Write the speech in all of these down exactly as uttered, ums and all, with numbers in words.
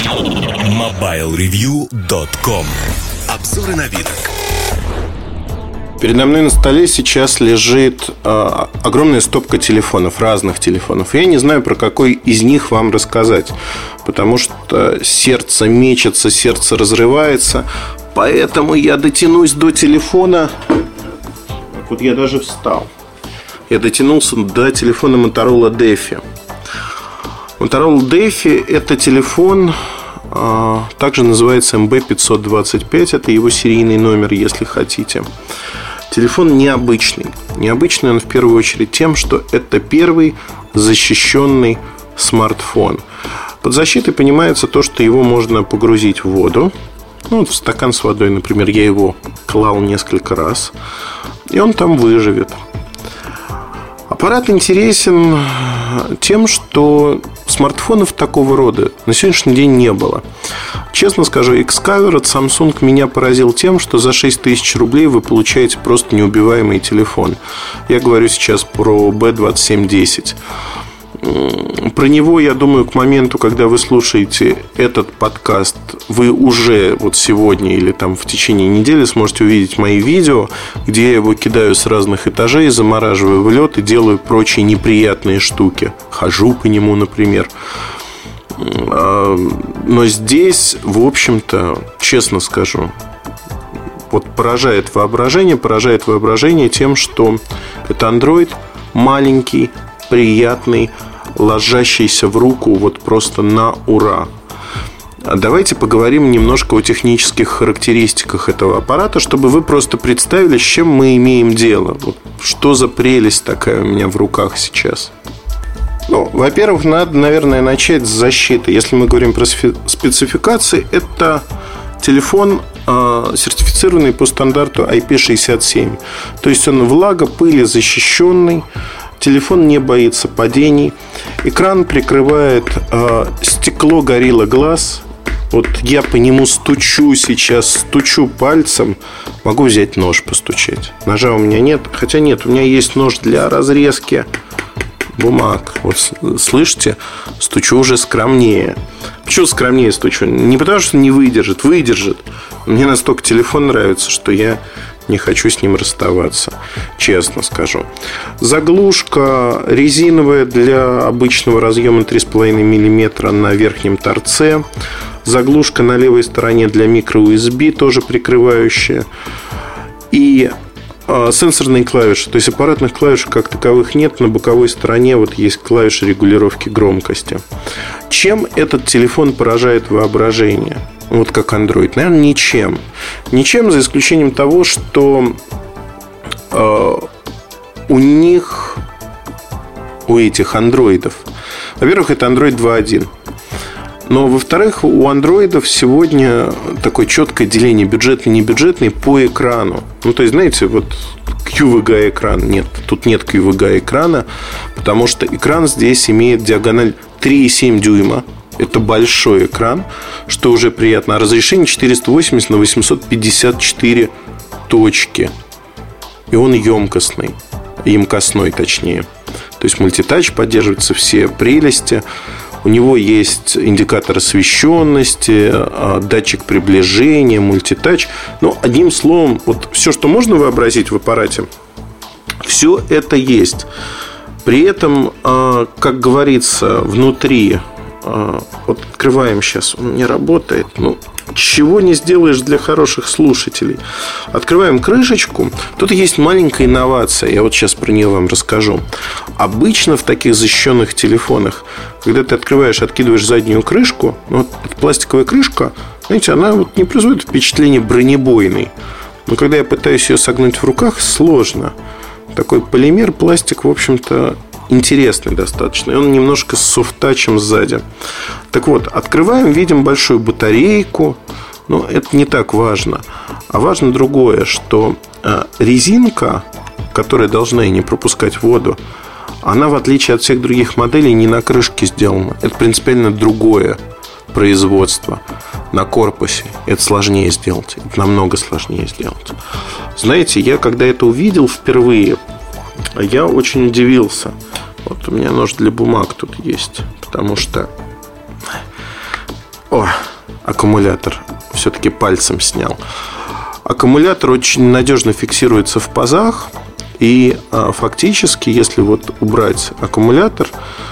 мобайл ревью точка ком. Обзоры новинок. Передо мной на столе сейчас лежит э, огромная стопка телефонов, разных телефонов. Я не знаю, про какой из них вам рассказать, потому что сердце мечется, сердце разрывается. Поэтому я дотянусь до телефона. Вот я даже встал. Я дотянулся до телефона Motorola Defi. Motorola Defi – это телефон, э, также называется эм бэ пятьсот двадцать пять. Это его серийный номер, если хотите. Телефон необычный. Необычный он в первую очередь тем, что это первый защищенный смартфон. Под защитой понимается то, что его можно погрузить в воду. Ну, вот в стакан с водой, например, я его клал несколько раз, и он там выживет. Аппарат интересен тем, что смартфонов такого рода на сегодняшний день не было. Честно скажу, Xcover от Samsung меня поразил тем, что за шесть тысяч рублей вы получаете просто неубиваемый телефон. Я говорю сейчас про би двадцать семь десять. Про него, я думаю, к моменту, когда вы слушаете этот подкаст, вы уже вот сегодня или там в течение недели сможете увидеть мои видео, где я его кидаю с разных этажей, замораживаю в лед и делаю прочие неприятные штуки. Хожу по нему, например. Но здесь, в общем-то, честно скажу, вот поражает воображение, поражает воображение тем, что это Android маленький, приятный, ложащийся в руку вот просто на ура. Давайте поговорим немножко о технических характеристиках этого аппарата, чтобы вы просто представили, с чем мы имеем дело. Вот что за прелесть такая у меня в руках сейчас. Ну, во-первых, надо, наверное, начать с защиты. Если мы говорим про спецификации, это телефон, э, сертифицированный по стандарту ай пи шестьдесят семь. То есть он влага, пыли защищенный. Телефон не боится падений. Экран прикрывает э, стекло Gorilla Glass. Вот я по нему стучу сейчас, стучу пальцем. Могу взять нож постучать. Ножа у меня нет. Хотя нет, у меня есть нож для разрезки бумаг. Вот слышите? Стучу уже скромнее. Почему скромнее стучу? Не потому что не выдержит. Выдержит. Мне настолько телефон нравится, что я не хочу с ним расставаться, честно скажу. Заглушка резиновая для обычного разъема три с половиной миллиметра на верхнем торце. Заглушка на левой стороне для микро-ю эс би, тоже прикрывающая. И э, сенсорные клавиши. То есть аппаратных клавиш как таковых нет. На боковой стороне вот есть клавиши регулировки громкости. Чем этот телефон поражает воображение? Вот как Android. Наверное, ничем. Ничем, за исключением того, что э, у них, у этих андроидов, во-первых, это Android два точка один. Но, во-вторых, у андроидов сегодня такое четкое деление бюджетный, небюджетный по экрану. Ну, то есть, знаете, вот кью ви джи экран. Нет, тут нет кью ви джи экрана, потому что экран здесь имеет диагональ три и семь дюйма. Это большой экран, что уже приятно. А разрешение четыреста восемьдесят на восемьсот пятьдесят четыре точки. И он емкостный. Емкостной, точнее. То есть мультитач, поддерживаются все прелести. У него есть индикатор освещенности, датчик приближения, мультитач. Ну, одним словом, вот все, что можно вообразить в аппарате, все это есть. При этом, как говорится, внутри... Вот открываем сейчас, он не работает. Ну, чего не сделаешь для хороших слушателей. Открываем крышечку. Тут есть маленькая инновация. Я вот сейчас про нее вам расскажу. Обычно в таких защищенных телефонах, когда ты открываешь, откидываешь заднюю крышку, вот пластиковая крышка, знаете, она вот не производит впечатление бронебойной. Но когда я пытаюсь ее согнуть в руках, сложно. Такой полимер, пластик, в общем-то, интересный достаточно. И он немножко с софт-тачем сзади. Так вот, открываем, видим большую батарейку. Но это не так важно. А важно другое, что резинка, которая должна и не пропускать воду, она, в отличие от всех других моделей, не на крышке сделана. Это принципиально другое производство. На корпусе это сложнее сделать. Это намного сложнее сделать. Знаете, я когда это увидел впервые, я очень удивился. Вот у меня нож для бумаг тут есть. Потому что О, аккумулятор. Все-таки пальцем снял. Аккумулятор очень надежно фиксируется в пазах. И а, фактически, если вот убрать аккумулятор,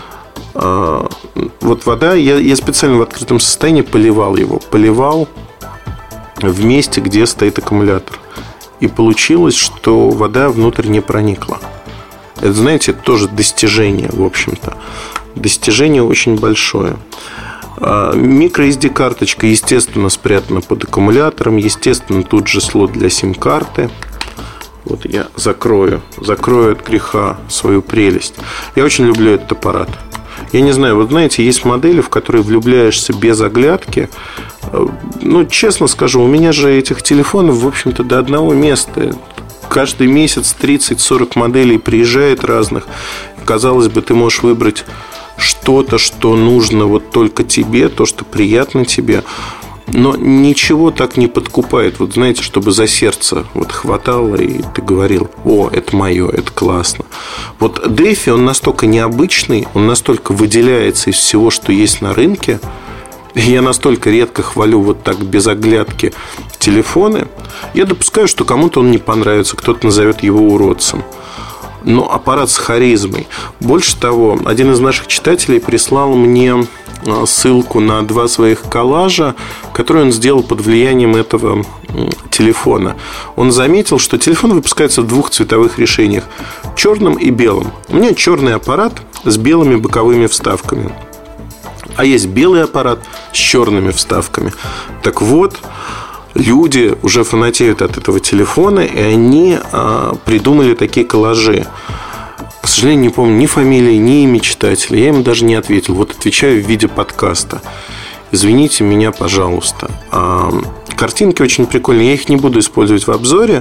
а, вот вода, я, я специально в открытом состоянии поливал его. Поливал в месте, где стоит аккумулятор. И получилось, что вода внутрь не проникла. Это, знаете, это тоже достижение, в общем-то. Достижение очень большое. Микро-эс ди-карточка, естественно, спрятана под аккумулятором. Естественно, тут же слот для сим-карты. Вот я закрою, закрою от греха свою прелесть. Я очень люблю этот аппарат. Я не знаю, вот знаете, есть модели, в которые влюбляешься без оглядки. Ну, честно скажу, у меня же этих телефонов, в общем-то, до одного места. Каждый месяц тридцать-сорок моделей приезжает разных. Казалось бы, ты можешь выбрать что-то, что нужно вот только тебе, то, что приятно тебе. Но ничего так не подкупает. Вот знаете, чтобы за сердце вот хватало, и ты говорил: о, это мое, это классно. Вот DeFi, он настолько необычный, он настолько выделяется из всего, что есть на рынке. Я настолько редко хвалю вот так без оглядки телефоны. Я допускаю, что кому-то он не понравится, кто-то назовет его уродцем. Но аппарат с харизмой. Больше того, один из наших читателей прислал мне ссылку на два своих коллажа, которые он сделал под влиянием этого телефона. Он заметил, что телефон выпускается в двух цветовых решениях: черным и белым. У меня черный аппарат с белыми боковыми вставками, а есть белый аппарат с черными вставками. Так вот, люди уже фанатеют от этого телефона, и они а, придумали такие коллажи. К сожалению, не помню ни фамилии, ни имя читателя. Я им даже не ответил. Вот отвечаю в виде подкаста. Извините меня, пожалуйста. а, Картинки очень прикольные. Я их не буду использовать в обзоре,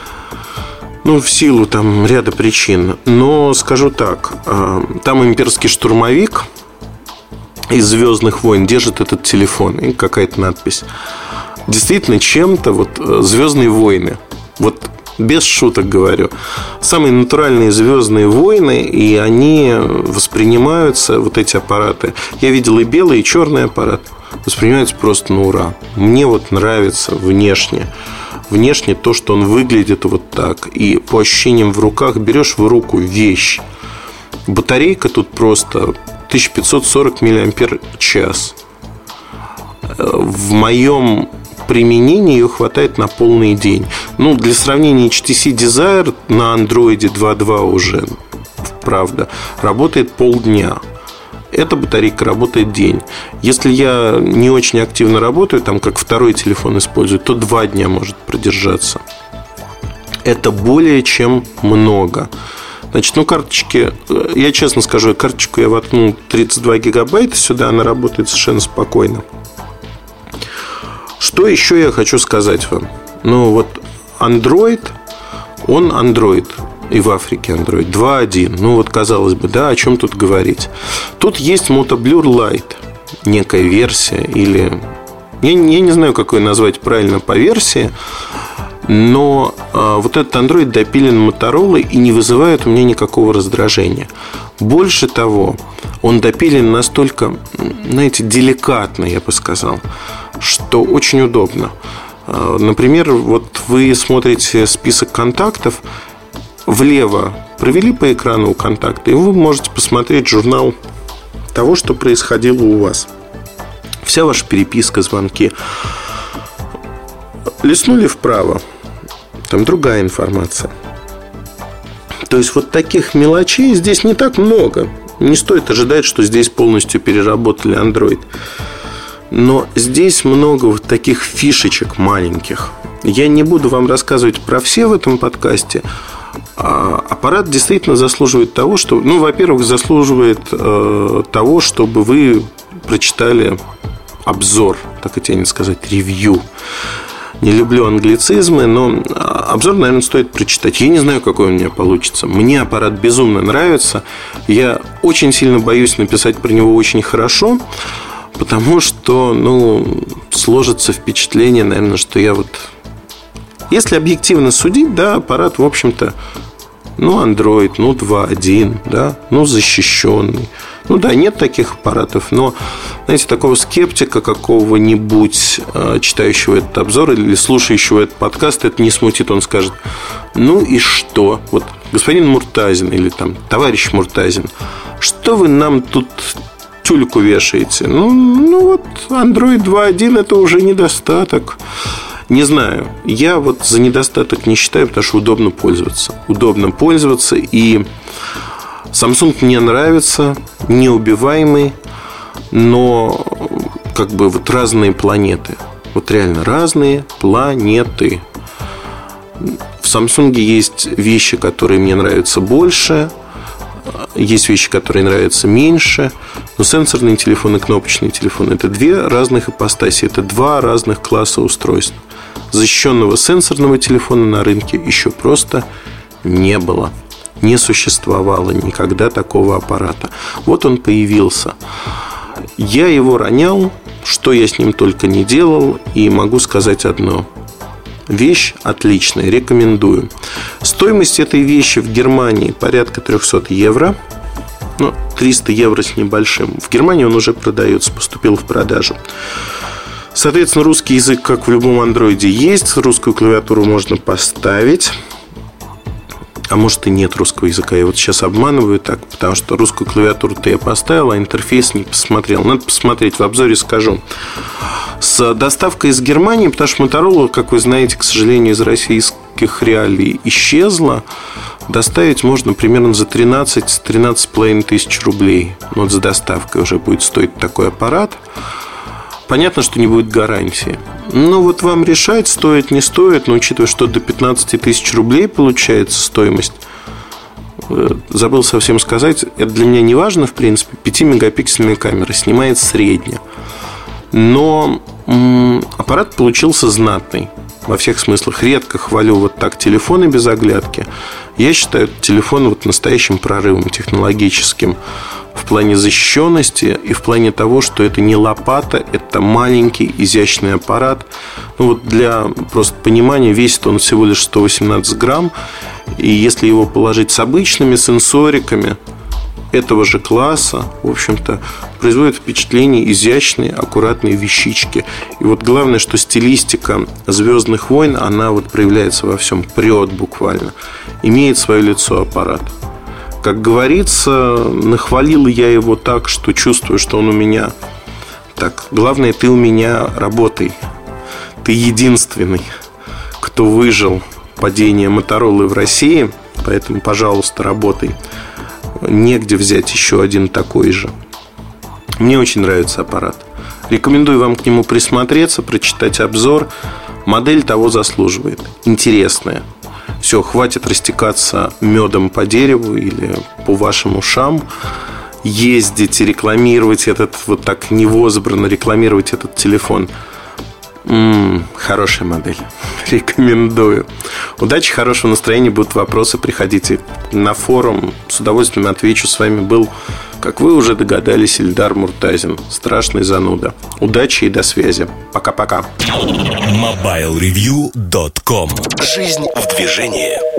ну, в силу там ряда причин. Но скажу так, а, там имперский штурмовик из «Звездных войн» держит этот телефон. И какая-то надпись. Действительно, чем-то вот «Звездные войны». Вот без шуток говорю. Самые натуральные «Звездные войны», и они воспринимаются, вот эти аппараты. Я видел и белый, и черный аппарат. Воспринимаются просто на ура. Мне вот нравится внешне. Внешне то, что он выглядит вот так. И по ощущениям в руках берешь в руку вещь. Батарейка тут просто тысяча пятьсот сорок миллиампер-час. В моем применении ее хватает на полный день. Ну, для сравнения, эйч ти си Desire на Android два точка два уже, правда, работает полдня. Эта батарейка работает день. Если я не очень активно работаю, там как второй телефон использую, то два дня может продержаться. Это более чем много. Значит, ну, карточки, я честно скажу, карточку я воткнул тридцать два гигабайта сюда, она работает совершенно спокойно. Что еще я хочу сказать вам? Ну, вот Android, он Android, и в Африке Android два точка один. Ну, вот, казалось бы, да, о чем тут говорить? Тут есть Moto Blur Lite, некая версия, или... Я, я не знаю, как ее назвать правильно по версии, но а, вот этот Android допилен Motorola и не вызывает у меня никакого раздражения. Больше того, он допилен настолько, знаете, деликатно, я бы сказал, что очень удобно. Например, вот вы смотрите список контактов, влево провели по экрану контакты, и вы можете посмотреть журнал того, что происходило у вас. Вся ваша переписка, звонки. Листнули вправо, там другая информация. То есть вот таких мелочей здесь не так много. Не стоит ожидать, что здесь полностью переработали Android. Но здесь много вот таких фишечек маленьких. Я не буду вам рассказывать про все в этом подкасте. А аппарат действительно заслуживает того, что... Ну, во-первых, заслуживает э, того, чтобы вы прочитали обзор, так и тянет сказать, ревью. Не люблю англицизмы, но обзор, наверное, стоит прочитать. Я не знаю, какой у меня получится. Мне аппарат безумно нравится. Я очень сильно боюсь написать про него очень хорошо, потому что, ну, сложится впечатление, наверное, что я вот... Если объективно судить, да, аппарат, в общем-то, Ну, Android, ну, два точка один, да, ну, защищенный. Ну, да, нет таких аппаратов, но, знаете, такого скептика какого-нибудь, э, читающего этот обзор или слушающего этот подкаст, это не смутит. Он скажет: ну и что? Вот, господин Муртазин или там товарищ Муртазин, что вы нам тут тюльку вешаете? Ну, ну вот, Android два точка один это уже недостаток. Не знаю, я вот за недостаток не считаю, потому что удобно пользоваться. Удобно пользоваться, и Samsung мне нравится, неубиваемый, но как бы вот разные планеты. Вот реально разные планеты. В Samsung есть вещи, которые мне нравятся больше, есть вещи, которые нравятся меньше. Но сенсорный телефон и кнопочный телефон — это две разных ипостаси, это два разных класса устройств. Защищенного сенсорного телефона на рынке еще просто не было. Не существовало никогда такого аппарата. Вот он появился. Я его ронял, что я с ним только не делал, и могу сказать одно: вещь отличная, рекомендую. Стоимость этой вещи в Германии порядка триста евро. Ну, триста евро с небольшим. В Германии он уже продается, поступил в продажу. Соответственно, русский язык, как в любом андроиде, есть. Русскую клавиатуру можно поставить. А может и нет русского языка. Я вот сейчас обманываю так, потому что русскую клавиатуру-то я поставил, а интерфейс не посмотрел. Надо посмотреть, в обзоре скажу. С доставкой из Германии, потому что Motorola, как вы знаете, к сожалению, из российских реалий исчезла. Доставить можно примерно за тринадцать-тринадцать с половиной тысяч рублей. Вот за доставкой уже будет стоить такой аппарат. Понятно, что не будет гарантии. Ну, вот вам решать, стоит, не стоит. Но учитывая, что до пятнадцать тысяч рублей получается стоимость, забыл совсем сказать, это для меня не важно, в принципе. пятимегапиксельная камера снимает средне. Но м- аппарат получился знатный во всех смыслах. Редко хвалю вот так телефоны без оглядки. Я считаю этот телефон вот настоящим прорывом технологическим в плане защищенности и в плане того, что это не лопата, это маленький изящный аппарат. Ну вот для просто понимания, весит он всего лишь сто восемнадцать грамм. И если его положить с обычными сенсориками этого же класса, в общем-то, производит впечатление изящной, аккуратной вещички. И вот главное, что стилистика «Звездных войн», она вот проявляется во всем, прет буквально. Имеет свое лицо аппарат. Как говорится, нахвалил я его так, что чувствую, что он у меня. Так, главное, ты у меня работай. Ты единственный, кто выжил падение Моторолы в России. Поэтому, пожалуйста, работай. Негде взять еще один такой же. Мне очень нравится аппарат. Рекомендую вам к нему присмотреться, прочитать обзор. Модель того заслуживает. Интересная. Все, хватит растекаться медом по дереву или по вашим ушам. Ездить и рекламировать этот, вот так невозбранно рекламировать этот телефон. М-м, хорошая модель. Рекомендую. Удачи, хорошего настроения. Будут вопросы, приходите на форум. С удовольствием отвечу. С вами был, как вы уже догадались, Ильдар Муртазин. Страшный зануда. Удачи и до связи. Пока-пока. мобайл ревью точка ком. Жизнь в движении.